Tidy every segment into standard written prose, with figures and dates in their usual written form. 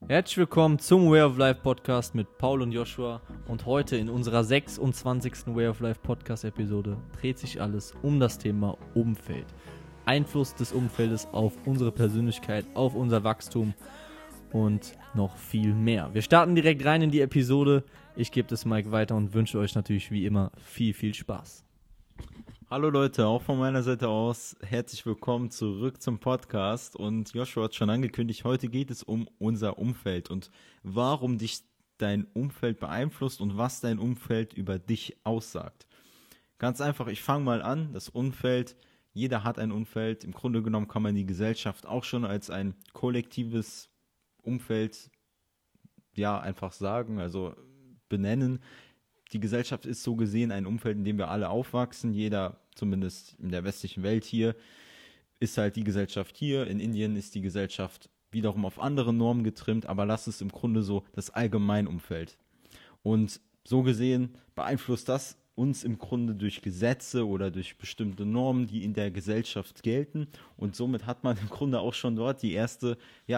Herzlich willkommen zum Way of Life Podcast mit Paul und Joshua und heute in unserer 26. Way of Life Podcast Episode dreht sich alles um das Thema Umfeld. Einfluss des Umfeldes auf unsere Persönlichkeit, auf unser Wachstum und noch viel mehr. Wir starten direkt rein in die Episode. Ich gebe das Mic weiter und wünsche euch natürlich wie immer viel Spaß. Hallo Leute, auch von meiner Seite aus herzlich willkommen zurück zum Podcast und Joshua hat schon angekündigt, heute geht es um unser Umfeld und warum dich dein Umfeld beeinflusst und was dein Umfeld über dich aussagt. Ganz einfach, ich fange mal an, das Umfeld, jeder hat ein Umfeld, im Grunde genommen kann man die Gesellschaft auch schon als ein kollektives Umfeld, einfach sagen, also benennen. Die Gesellschaft ist so gesehen ein Umfeld, in dem wir alle aufwachsen. Jeder, zumindest in der westlichen Welt hier, ist halt die Gesellschaft hier. In Indien ist die Gesellschaft wiederum auf andere Normen getrimmt, aber das ist im Grunde so das Allgemeinumfeld. Und so gesehen beeinflusst das uns im Grunde durch Gesetze oder durch bestimmte Normen, die in der Gesellschaft gelten. Und somit hat man im Grunde auch schon dort die ersten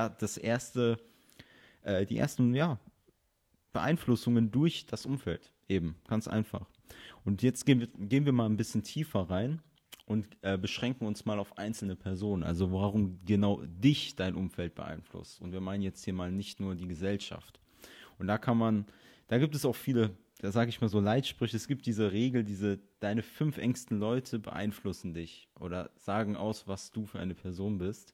Beeinflussungen durch das Umfeld. Eben, ganz einfach. Und jetzt gehen wir mal ein bisschen tiefer rein und beschränken uns mal auf einzelne Personen. Also warum genau dich dein Umfeld beeinflusst. Und wir meinen jetzt hier mal nicht nur die Gesellschaft. Und da gibt es auch viele, da sage ich mal so Leitsprüche. Es gibt diese Regel, deine 5 engsten Leute beeinflussen dich oder sagen aus, was du für eine Person bist.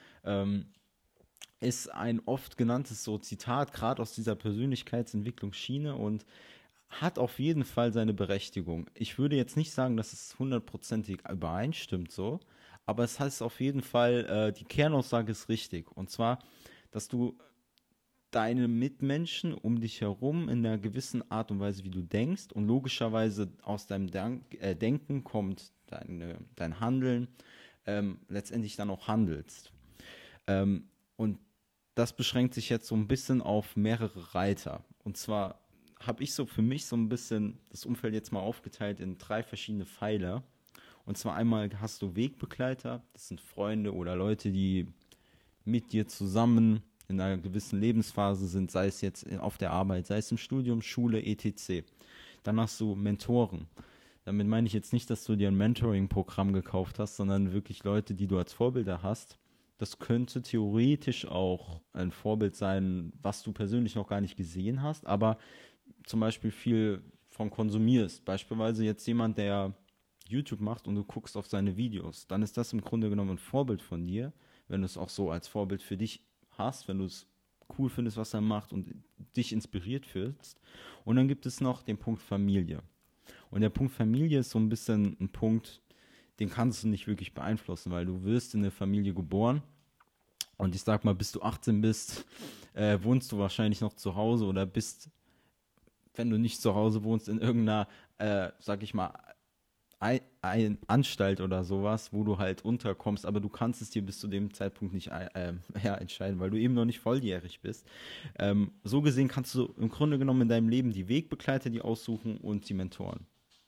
Ist ein oft genanntes so Zitat, gerade aus dieser Persönlichkeitsentwicklungsschiene und hat auf jeden Fall seine Berechtigung. Ich würde jetzt nicht sagen, dass es 100%ig übereinstimmt so, aber es heißt auf jeden Fall, die Kernaussage ist richtig. Und zwar, dass du deine Mitmenschen um dich herum in einer gewissen Art und Weise, wie du denkst und logischerweise aus deinem Denken kommt dein Handeln, letztendlich dann auch handelst. Und das beschränkt sich jetzt so ein bisschen auf mehrere Reiter. Und zwar habe ich so für mich so ein bisschen das Umfeld jetzt mal aufgeteilt in 3 verschiedene Pfeiler. Und zwar einmal hast du Wegbegleiter, das sind Freunde oder Leute, die mit dir zusammen in einer gewissen Lebensphase sind, sei es jetzt auf der Arbeit, sei es im Studium, Schule, etc. Dann hast du Mentoren. Damit meine ich jetzt nicht, dass du dir ein Mentoring-Programm gekauft hast, sondern wirklich Leute, die du als Vorbilder hast. Das könnte theoretisch auch ein Vorbild sein, was du persönlich noch gar nicht gesehen hast, aber zum Beispiel viel von konsumierst. Beispielsweise jetzt jemand, der YouTube macht und du guckst auf seine Videos. Dann ist das im Grunde genommen ein Vorbild von dir, wenn du es auch so als Vorbild für dich hast, wenn du es cool findest, was er macht und dich inspiriert fühlst. Und dann gibt es noch den Punkt Familie. Und der Punkt Familie ist so ein bisschen ein Punkt, den kannst du nicht wirklich beeinflussen, weil du wirst in eine Familie geboren und ich sag mal, bis du 18 bist, wohnst du wahrscheinlich noch zu Hause oder bist, wenn du nicht zu Hause wohnst, in irgendeiner, sag ich mal, ein Anstalt oder sowas, wo du halt unterkommst, aber du kannst es dir bis zu dem Zeitpunkt nicht entscheiden, weil du eben noch nicht volljährig bist. So gesehen kannst du im Grunde genommen in deinem Leben die Wegbegleiter, die aussuchen und die Mentoren.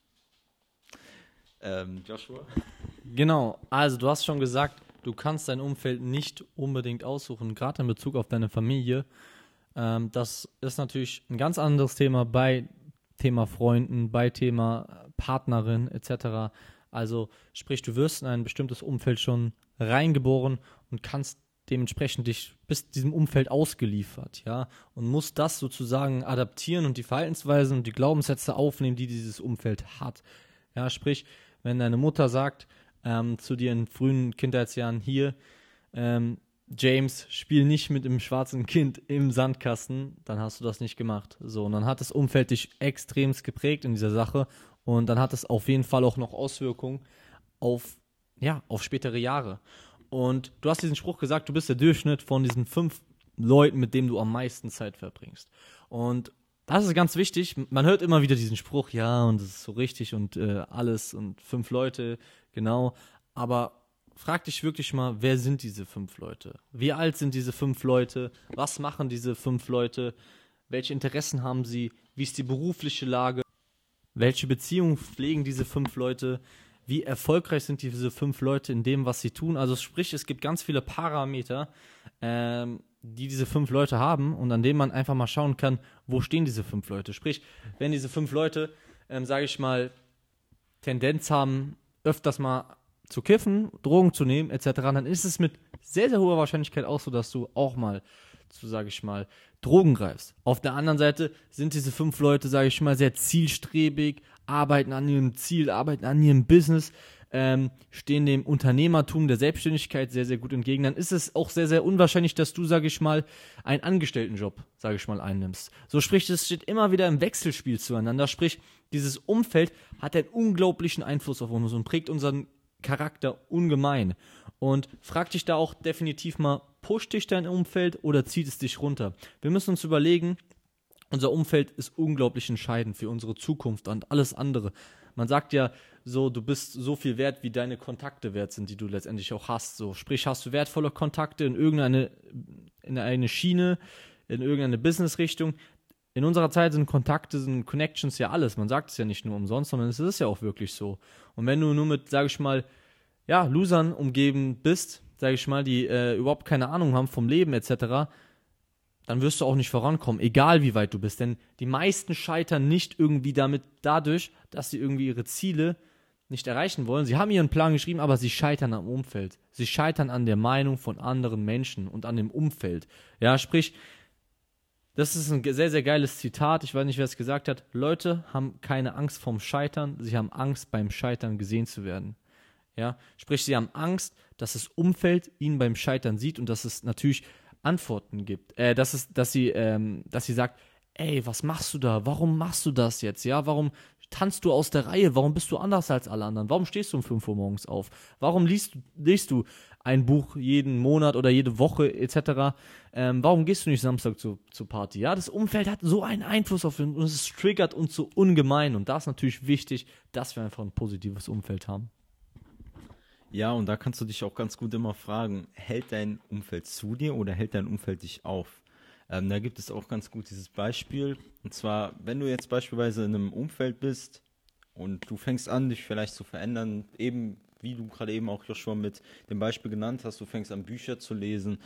Joshua? Genau, also du hast schon gesagt, du kannst dein Umfeld nicht unbedingt aussuchen, gerade in Bezug auf deine Familie. Das ist natürlich ein ganz anderes Thema bei Thema Freunden, bei Thema Partnerin etc. Also sprich, du wirst in ein bestimmtes Umfeld schon reingeboren und kannst dementsprechend bist diesem Umfeld ausgeliefert, ja, und musst das sozusagen adaptieren und die Verhaltensweisen und die Glaubenssätze aufnehmen, die dieses Umfeld hat. Ja, sprich, wenn deine Mutter sagt zu dir in frühen Kindheitsjahren, hier, James, spiel nicht mit dem schwarzen Kind im Sandkasten, dann hast du das nicht gemacht. So, und dann hat das Umfeld dich extremst geprägt in dieser Sache und dann hat es auf jeden Fall auch noch Auswirkungen auf spätere Jahre. Und du hast diesen Spruch gesagt, du bist der Durchschnitt von diesen 5 Leuten, mit denen du am meisten Zeit verbringst. Und das ist ganz wichtig. Man hört immer wieder diesen Spruch, ja, und das ist so richtig und alles und 5 Leute, genau. Aber frag dich wirklich mal, wer sind diese 5 Leute? Wie alt sind diese 5 Leute? Was machen diese 5 Leute? Welche Interessen haben sie? Wie ist die berufliche Lage? Welche Beziehungen pflegen diese 5 Leute? Wie erfolgreich sind diese 5 Leute in dem, was sie tun? Also sprich, es gibt ganz viele Parameter, die diese 5 Leute haben und an denen man einfach mal schauen kann, wo stehen diese 5 Leute. Sprich, wenn diese 5 Leute, sage ich mal, Tendenz haben, öfters mal zu kiffen, Drogen zu nehmen, etc., dann ist es mit sehr, sehr hoher Wahrscheinlichkeit auch so, dass du auch mal zu, sage ich mal, Drogen greifst. Auf der anderen Seite sind diese 5 Leute, sage ich mal, sehr zielstrebig, arbeiten an ihrem Ziel, arbeiten an ihrem Business, stehen dem Unternehmertum, der Selbstständigkeit sehr, sehr gut entgegen, dann ist es auch sehr, sehr unwahrscheinlich, dass du, sage ich mal, einen Angestelltenjob, sage ich mal, einnimmst. So, sprich, es steht immer wieder im Wechselspiel zueinander, sprich, dieses Umfeld hat einen unglaublichen Einfluss auf uns und prägt unseren Charakter ungemein. Und frag dich da auch definitiv mal, pusht dich dein Umfeld oder zieht es dich runter? Wir müssen uns überlegen, unser Umfeld ist unglaublich entscheidend für unsere Zukunft und alles andere. Man sagt ja so, du bist so viel wert, wie deine Kontakte wert sind, die du letztendlich auch hast. So, sprich, hast du wertvolle Kontakte in eine Schiene, in irgendeine Business-Richtung. In unserer Zeit sind Kontakte, sind Connections ja alles. Man sagt es ja nicht nur umsonst, sondern es ist ja auch wirklich so. Und wenn du nur mit, sage ich mal, ja, Losern umgeben bist, sage ich mal, die überhaupt keine Ahnung haben vom Leben etc., dann wirst du auch nicht vorankommen, egal wie weit du bist. Denn die meisten scheitern nicht irgendwie dadurch, dass sie irgendwie ihre Ziele nicht erreichen wollen. Sie haben ihren Plan geschrieben, aber sie scheitern am Umfeld. Sie scheitern an der Meinung von anderen Menschen und an dem Umfeld. Ja, sprich, das ist ein sehr, sehr geiles Zitat. Ich weiß nicht, wer es gesagt hat. Leute haben keine Angst vorm Scheitern. Sie haben Angst, beim Scheitern gesehen zu werden. Ja, sprich, sie haben Angst, dass das Umfeld ihnen beim Scheitern sieht und dass es natürlich Antworten gibt, dass sie sagt, ey, was machst du da? Warum machst du das jetzt? Ja, warum tanzt du aus der Reihe? Warum bist du anders als alle anderen? Warum stehst du um 5 Uhr morgens auf? Warum liest du ein Buch jeden Monat oder jede Woche etc.? Warum gehst du nicht Samstag zur Party? Ja, das Umfeld hat so einen Einfluss auf uns und es triggert uns so ungemein und da ist natürlich wichtig, dass wir einfach ein positives Umfeld haben. Ja, und da kannst du dich auch ganz gut immer fragen, hält dein Umfeld zu dir oder hält dein Umfeld dich auf? Da gibt es auch ganz gut dieses Beispiel. Und zwar, wenn du jetzt beispielsweise in einem Umfeld bist und du fängst an, dich vielleicht zu verändern, eben wie du gerade eben auch, Joshua, mit dem Beispiel genannt hast, du fängst an, Bücher zu lesen,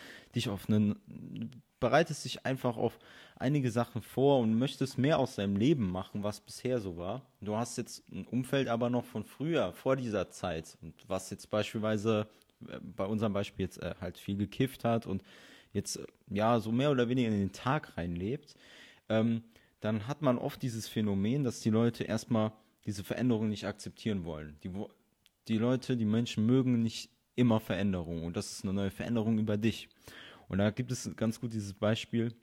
bereitest dich einfach auf einige Sachen vor und möchtest mehr aus deinem Leben machen, was bisher so war. Du hast jetzt ein Umfeld aber noch von früher, vor dieser Zeit, und was jetzt beispielsweise bei unserem Beispiel jetzt halt viel gekifft hat und jetzt ja so mehr oder weniger in den Tag reinlebt, dann hat man oft dieses Phänomen, dass die Leute erstmal diese Veränderung nicht akzeptieren wollen. Die Menschen mögen nicht immer Veränderung und das ist eine neue Veränderung über dich. Und da gibt es ganz gut dieses Beispiel,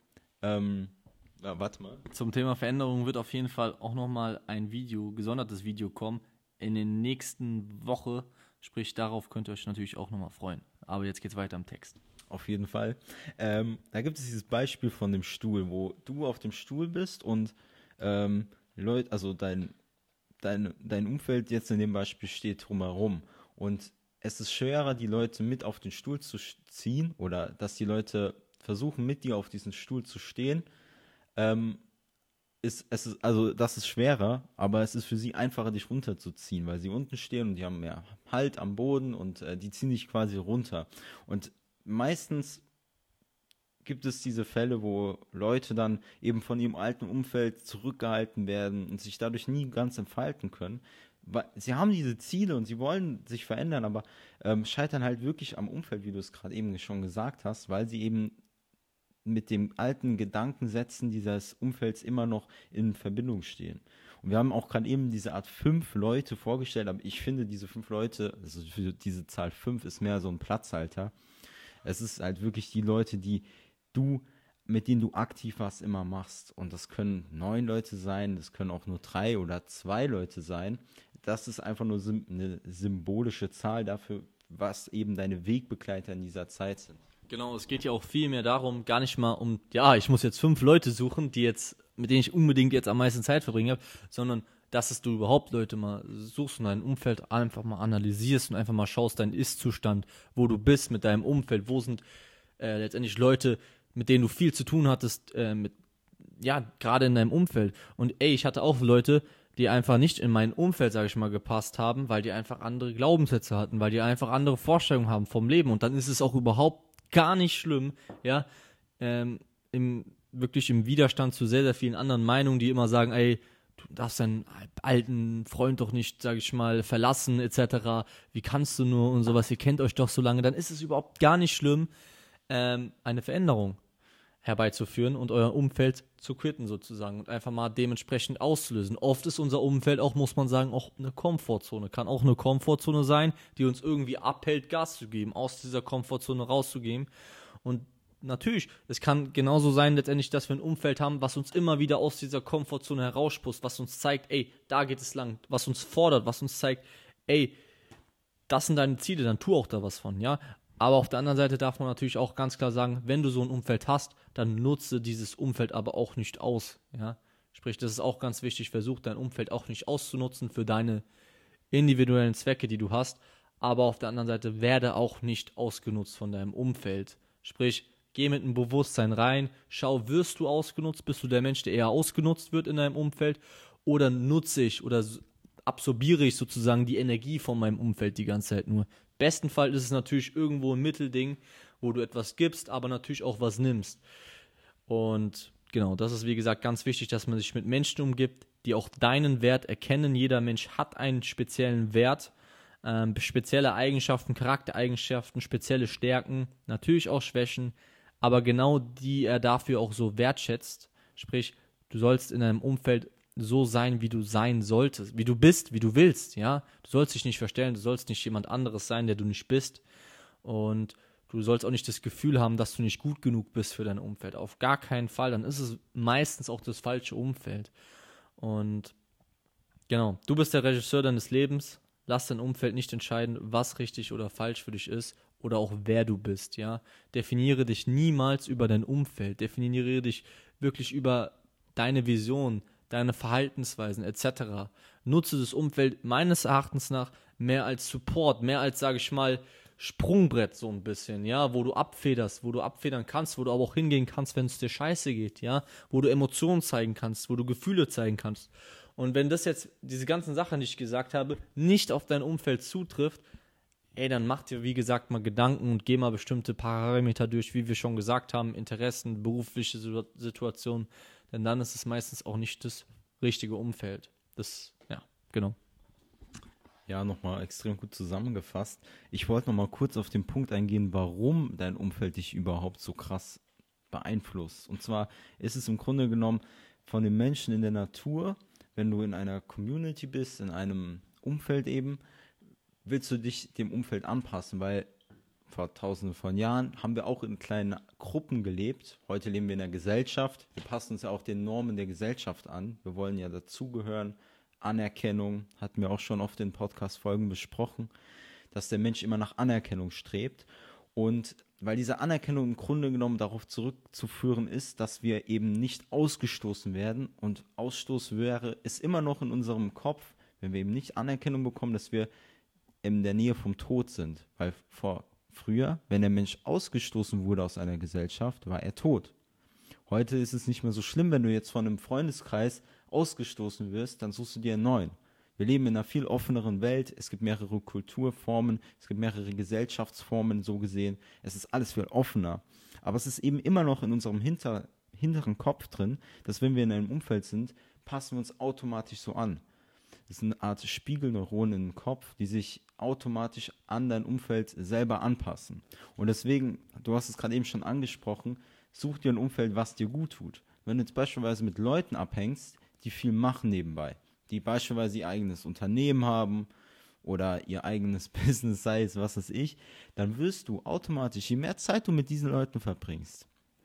warte mal. Zum Thema Veränderung wird auf jeden Fall auch nochmal ein gesondertes Video kommen in der nächsten Woche. Sprich, darauf könnt ihr euch natürlich auch nochmal freuen. Aber jetzt geht's weiter im Text. Auf jeden Fall. Da gibt es dieses Beispiel von dem Stuhl, wo du auf dem Stuhl bist und Leute, also dein Umfeld jetzt in dem Beispiel steht drumherum. Und es ist schwerer, die Leute mit auf den Stuhl zu ziehen oder dass die Leute versuchen, mit dir auf diesen Stuhl zu stehen. Das ist schwerer, aber es ist für sie einfacher, dich runterzuziehen, weil sie unten stehen und die haben mehr Halt am Boden und die ziehen dich quasi runter. Und meistens gibt es diese Fälle, wo Leute dann eben von ihrem alten Umfeld zurückgehalten werden und sich dadurch nie ganz entfalten können. Weil sie haben diese Ziele und sie wollen sich verändern, aber scheitern halt wirklich am Umfeld, wie du es gerade eben schon gesagt hast, weil sie eben mit dem alten Gedankensätzen dieses Umfelds immer noch in Verbindung stehen. Und wir haben auch gerade eben diese Art 5 Leute vorgestellt, aber ich finde diese 5 Leute, also für diese Zahl 5 ist mehr so ein Platzhalter. Es ist halt wirklich die Leute, mit denen du aktiv was immer machst. Und das können 9 Leute sein, das können auch nur 3 oder 2 Leute sein. Das ist einfach nur eine symbolische Zahl dafür, was eben deine Wegbegleiter in dieser Zeit sind. Genau, es geht ja auch viel mehr darum, gar nicht mal ich muss jetzt 5 Leute suchen, mit denen ich unbedingt jetzt am meisten Zeit verbringe, sondern dass du überhaupt Leute mal suchst und dein Umfeld einfach mal analysierst und einfach mal schaust, deinen Ist-Zustand, wo du bist mit deinem Umfeld, wo sind letztendlich Leute, mit denen du viel zu tun hattest, gerade in deinem Umfeld. Und ich hatte auch Leute, die einfach nicht in mein Umfeld, sage ich mal, gepasst haben, weil die einfach andere Glaubenssätze hatten, weil die einfach andere Vorstellungen haben vom Leben. Und dann ist es auch überhaupt gar nicht schlimm, ja, wirklich im Widerstand zu sehr, sehr vielen anderen Meinungen, die immer sagen, ey, du darfst deinen alten Freund doch nicht, sag ich mal, verlassen, etc. Wie kannst du nur und sowas, ihr kennt euch doch so lange, dann ist es überhaupt gar nicht schlimm, eine Veränderung herbeizuführen und euer Umfeld zu quitten sozusagen und einfach mal dementsprechend auszulösen. Oft ist unser Umfeld auch, muss man sagen, auch eine Komfortzone. Kann auch eine Komfortzone sein, die uns irgendwie abhält, Gas zu geben, aus dieser Komfortzone rauszugehen. Und natürlich, es kann genauso sein letztendlich, dass wir ein Umfeld haben, was uns immer wieder aus dieser Komfortzone herauspusst, was uns zeigt, ey, da geht es lang, was uns fordert, was uns zeigt, ey, das sind deine Ziele, dann tu auch da was von, ja. Aber auf der anderen Seite darf man natürlich auch ganz klar sagen, wenn du so ein Umfeld hast, dann nutze dieses Umfeld aber auch nicht aus, ja. Sprich, das ist auch ganz wichtig, versuch dein Umfeld auch nicht auszunutzen für deine individuellen Zwecke, die du hast, aber auf der anderen Seite werde auch nicht ausgenutzt von deinem Umfeld. Sprich, geh mit einem Bewusstsein rein, schau, wirst du ausgenutzt, bist du der Mensch, der eher ausgenutzt wird in deinem Umfeld oder nutze ich oder absorbiere ich sozusagen die Energie von meinem Umfeld die ganze Zeit nur. Besten Fall ist es natürlich irgendwo ein Mittelding, wo du etwas gibst, aber natürlich auch was nimmst. Und genau, das ist wie gesagt ganz wichtig, dass man sich mit Menschen umgibt, die auch deinen Wert erkennen. Jeder Mensch hat einen speziellen Wert, spezielle Eigenschaften, Charaktereigenschaften, spezielle Stärken, natürlich auch Schwächen, aber genau die er dafür auch so wertschätzt. Sprich, du sollst in deinem Umfeld so sein, wie du sein solltest, wie du bist, wie du willst, ja. Du sollst dich nicht verstellen, du sollst nicht jemand anderes sein, der du nicht bist. Und du sollst auch nicht das Gefühl haben, dass du nicht gut genug bist für dein Umfeld. Auf gar keinen Fall. Dann ist es meistens auch das falsche Umfeld. Und genau, du bist der Regisseur deines Lebens. Lass dein Umfeld nicht entscheiden, was richtig oder falsch für dich ist oder auch wer du bist, ja. Definiere dich niemals über dein Umfeld. Definiere dich wirklich über deine Vision, deine Verhaltensweisen etc. Nutze das Umfeld meines Erachtens nach mehr als Support, mehr als, sage ich mal, Sprungbrett so ein bisschen, ja, wo du abfedern kannst, wo du aber auch hingehen kannst, wenn es dir scheiße geht, ja, wo du Emotionen zeigen kannst, wo du Gefühle zeigen kannst. Und wenn das jetzt, diese ganzen Sachen, die ich gesagt habe, nicht auf dein Umfeld zutrifft, ey, dann mach dir, wie gesagt, mal Gedanken und geh mal bestimmte Parameter durch, wie wir schon gesagt haben, Interessen, berufliche Situationen, denn dann ist es meistens auch nicht das richtige Umfeld. Das, ja, genau. Ja, nochmal extrem gut zusammengefasst. Ich wollte nochmal kurz auf den Punkt eingehen, warum dein Umfeld dich überhaupt so krass beeinflusst. Und zwar ist es im Grunde genommen von den Menschen in der Natur, wenn du in einer Community bist, in einem Umfeld eben, willst du dich dem Umfeld anpassen, weil vor tausenden von Jahren haben wir auch in kleinen Gruppen gelebt. Heute leben wir in der Gesellschaft. Wir passen uns ja auch den Normen der Gesellschaft an. Wir wollen ja dazugehören. Anerkennung, hatten wir auch schon oft in Podcast-Folgen besprochen, dass der Mensch immer nach Anerkennung strebt. Und weil diese Anerkennung im Grunde genommen darauf zurückzuführen ist, dass wir eben nicht ausgestoßen werden. Und Ausstoß ist immer noch in unserem Kopf, wenn wir eben nicht Anerkennung bekommen, dass wir in der Nähe vom Tod sind. Weil früher, wenn der Mensch ausgestoßen wurde aus einer Gesellschaft, war er tot. Heute ist es nicht mehr so schlimm, wenn du jetzt von einem Freundeskreis ausgestoßen wirst, dann suchst du dir einen neuen. Wir leben in einer viel offeneren Welt, es gibt mehrere Kulturformen, es gibt mehrere Gesellschaftsformen, so gesehen. Es ist alles viel offener. Aber es ist eben immer noch in unserem hinteren Kopf drin, dass wenn wir in einem Umfeld sind, passen wir uns automatisch so an. Das ist eine Art Spiegelneuronen im Kopf, die sich automatisch an dein Umfeld selber anpassen. Und deswegen, du hast es gerade eben schon angesprochen, such dir ein Umfeld, was dir gut tut. Wenn du jetzt beispielsweise mit Leuten abhängst, die viel machen nebenbei, die beispielsweise ihr eigenes Unternehmen haben oder ihr eigenes Business, sei es was weiß ich, dann wirst du automatisch, je mehr Zeit du mit diesen Leuten verbringst,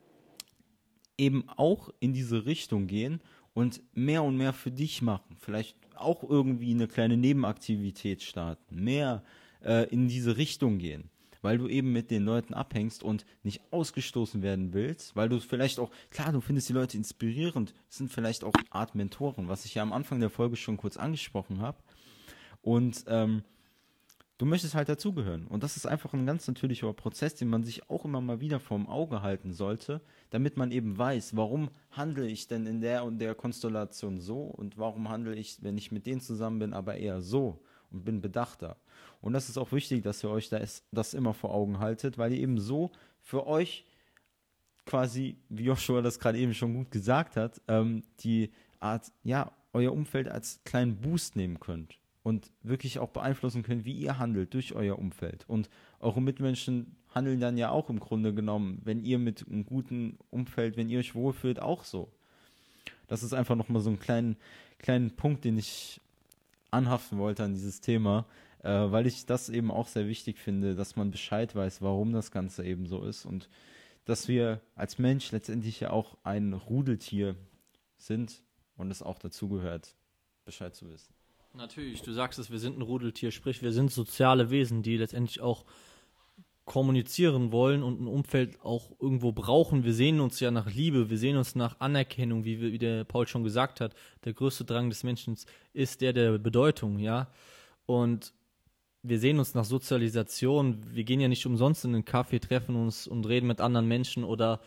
eben auch in diese Richtung gehen und mehr für dich machen. Vielleicht auch irgendwie eine kleine Nebenaktivität starten, mehr in diese Richtung gehen, weil du eben mit den Leuten abhängst und nicht ausgestoßen werden willst, weil du vielleicht auch, klar, du findest die Leute inspirierend, sind vielleicht auch Art Mentoren, was ich ja am Anfang der Folge schon kurz angesprochen habe. Und du möchtest halt dazugehören. Und das ist einfach ein ganz natürlicher Prozess, den man sich auch immer mal wieder vorm Auge halten sollte, damit man eben weiß, warum handle ich denn in der und der Konstellation so und warum handle ich, wenn ich mit denen zusammen bin, aber eher so und bin bedachter. Und das ist auch wichtig, dass ihr euch das immer vor Augen haltet, weil ihr eben so für euch quasi, wie Joshua das gerade eben schon gut gesagt hat, die Art, ja, euer Umfeld als kleinen Boost nehmen könnt und wirklich auch beeinflussen könnt, wie ihr handelt durch euer Umfeld. Und eure Mitmenschen handeln dann ja auch im Grunde genommen, wenn ihr mit einem guten Umfeld, wenn ihr euch wohlfühlt, auch so. Das ist einfach nochmal so ein kleinen Punkt, den ich anhaften wollte an dieses Thema, weil ich das eben auch sehr wichtig finde, dass man Bescheid weiß, warum das Ganze eben so ist und dass wir als Mensch letztendlich ja auch ein Rudeltier sind und es auch dazugehört, Bescheid zu wissen. Natürlich, du sagst es, wir sind ein Rudeltier, sprich, wir sind soziale Wesen, die letztendlich auch kommunizieren wollen und ein Umfeld auch irgendwo brauchen. Wir sehen uns ja nach Liebe, wir sehen uns nach Anerkennung, wie der Paul schon gesagt hat. Der größte Drang des Menschen ist der Bedeutung, ja. Und wir sehen uns nach Sozialisation. Wir gehen ja nicht umsonst in den Café, treffen uns und reden mit anderen Menschen oder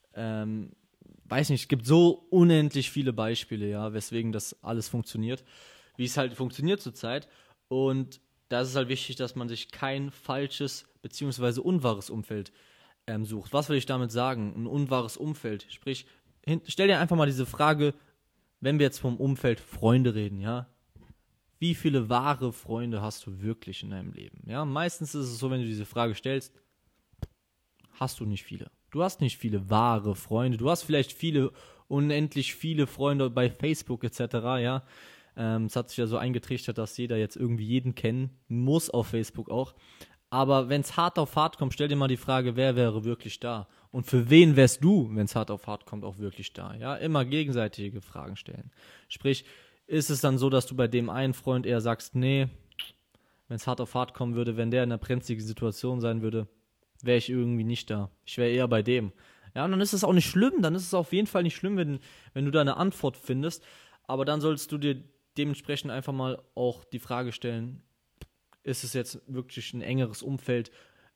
weiß nicht, es gibt so unendlich viele Beispiele, ja, weswegen das alles funktioniert, wie es halt funktioniert zurzeit. Und da ist es halt wichtig, dass man sich kein falsches bzw. unwahres Umfeld sucht. Was will ich damit sagen? Ein unwahres Umfeld. Sprich, stell dir einfach mal diese Frage, wenn wir jetzt vom Umfeld Freunde reden, ja? Wie viele wahre Freunde hast du wirklich in deinem Leben? Ja, meistens ist es so, wenn du diese Frage stellst, hast du nicht viele. Du hast nicht viele wahre Freunde. Du hast vielleicht unendlich viele Freunde bei Facebook etc., ja. Es hat sich ja so eingetrichtert, dass jeder jetzt irgendwie jeden kennen muss auf Facebook auch. Aber wenn es hart auf hart kommt, stell dir mal die Frage, wer wäre wirklich da? Und für wen wärst du, wenn es hart auf hart kommt, auch wirklich da? Ja, immer gegenseitige Fragen stellen. Sprich, ist es dann so, dass du bei dem einen Freund eher sagst, nee, wenn es hart auf hart kommen würde, wenn der in einer brenzligen Situation sein würde, wäre ich irgendwie nicht da. Ich wäre eher bei dem. Ja, und dann ist es auch nicht schlimm, dann ist es auf jeden Fall nicht schlimm, wenn du da eine Antwort findest. Aber dann solltest du dir dementsprechend einfach mal auch die Frage stellen, ist es jetzt wirklich ein engeres Umfeld,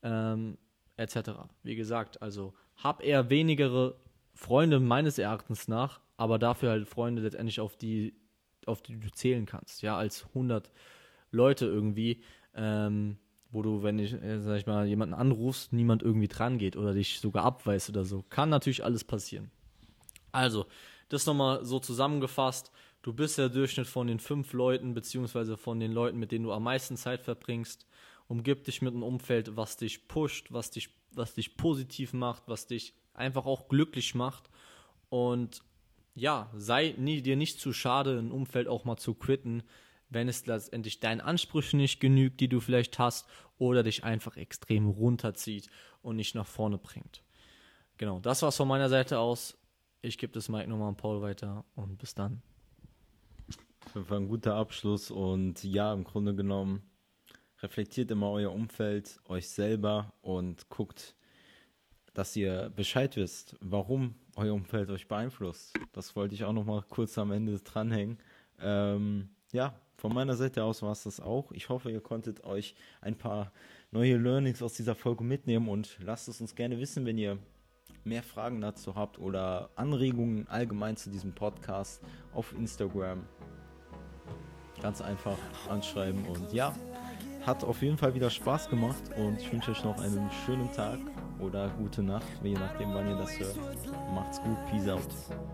etc. Wie gesagt, also hab eher wenigere Freunde meines Erachtens nach, aber dafür halt Freunde letztendlich auf die du zählen kannst, ja, als 100 Leute irgendwie, wo du, wenn ich, sag ich mal, jemanden anrufst, niemand irgendwie dran geht oder dich sogar abweist oder so. Kann natürlich alles passieren. Also, das nochmal so zusammengefasst. Du bist der Durchschnitt von den 5 Leuten, beziehungsweise von den Leuten, mit denen du am meisten Zeit verbringst. Umgib dich mit einem Umfeld, was dich pusht, was dich positiv macht, was dich einfach auch glücklich macht. Und ja, sei dir nicht zu schade, ein Umfeld auch mal zu quitten, wenn es letztendlich deinen Ansprüchen nicht genügt, die du vielleicht hast, oder dich einfach extrem runterzieht und nicht nach vorne bringt. Genau, das war's von meiner Seite aus. Ich gebe das Mike nochmal an Paul weiter und bis dann. Auf jeden Fall ein guter Abschluss und ja, im Grunde genommen reflektiert immer euer Umfeld, euch selber und guckt, dass ihr Bescheid wisst, warum euer Umfeld euch beeinflusst. Das wollte ich auch noch mal kurz am Ende dranhängen. Ja, von meiner Seite aus war es das auch. Ich hoffe, ihr konntet euch ein paar neue Learnings aus dieser Folge mitnehmen und lasst es uns gerne wissen, wenn ihr mehr Fragen dazu habt oder Anregungen allgemein zu diesem Podcast auf Instagram. Ganz einfach anschreiben und ja, hat auf jeden Fall wieder Spaß gemacht und ich wünsche euch noch einen schönen Tag oder gute Nacht, je nachdem, wann ihr das hört. Macht's gut, peace out.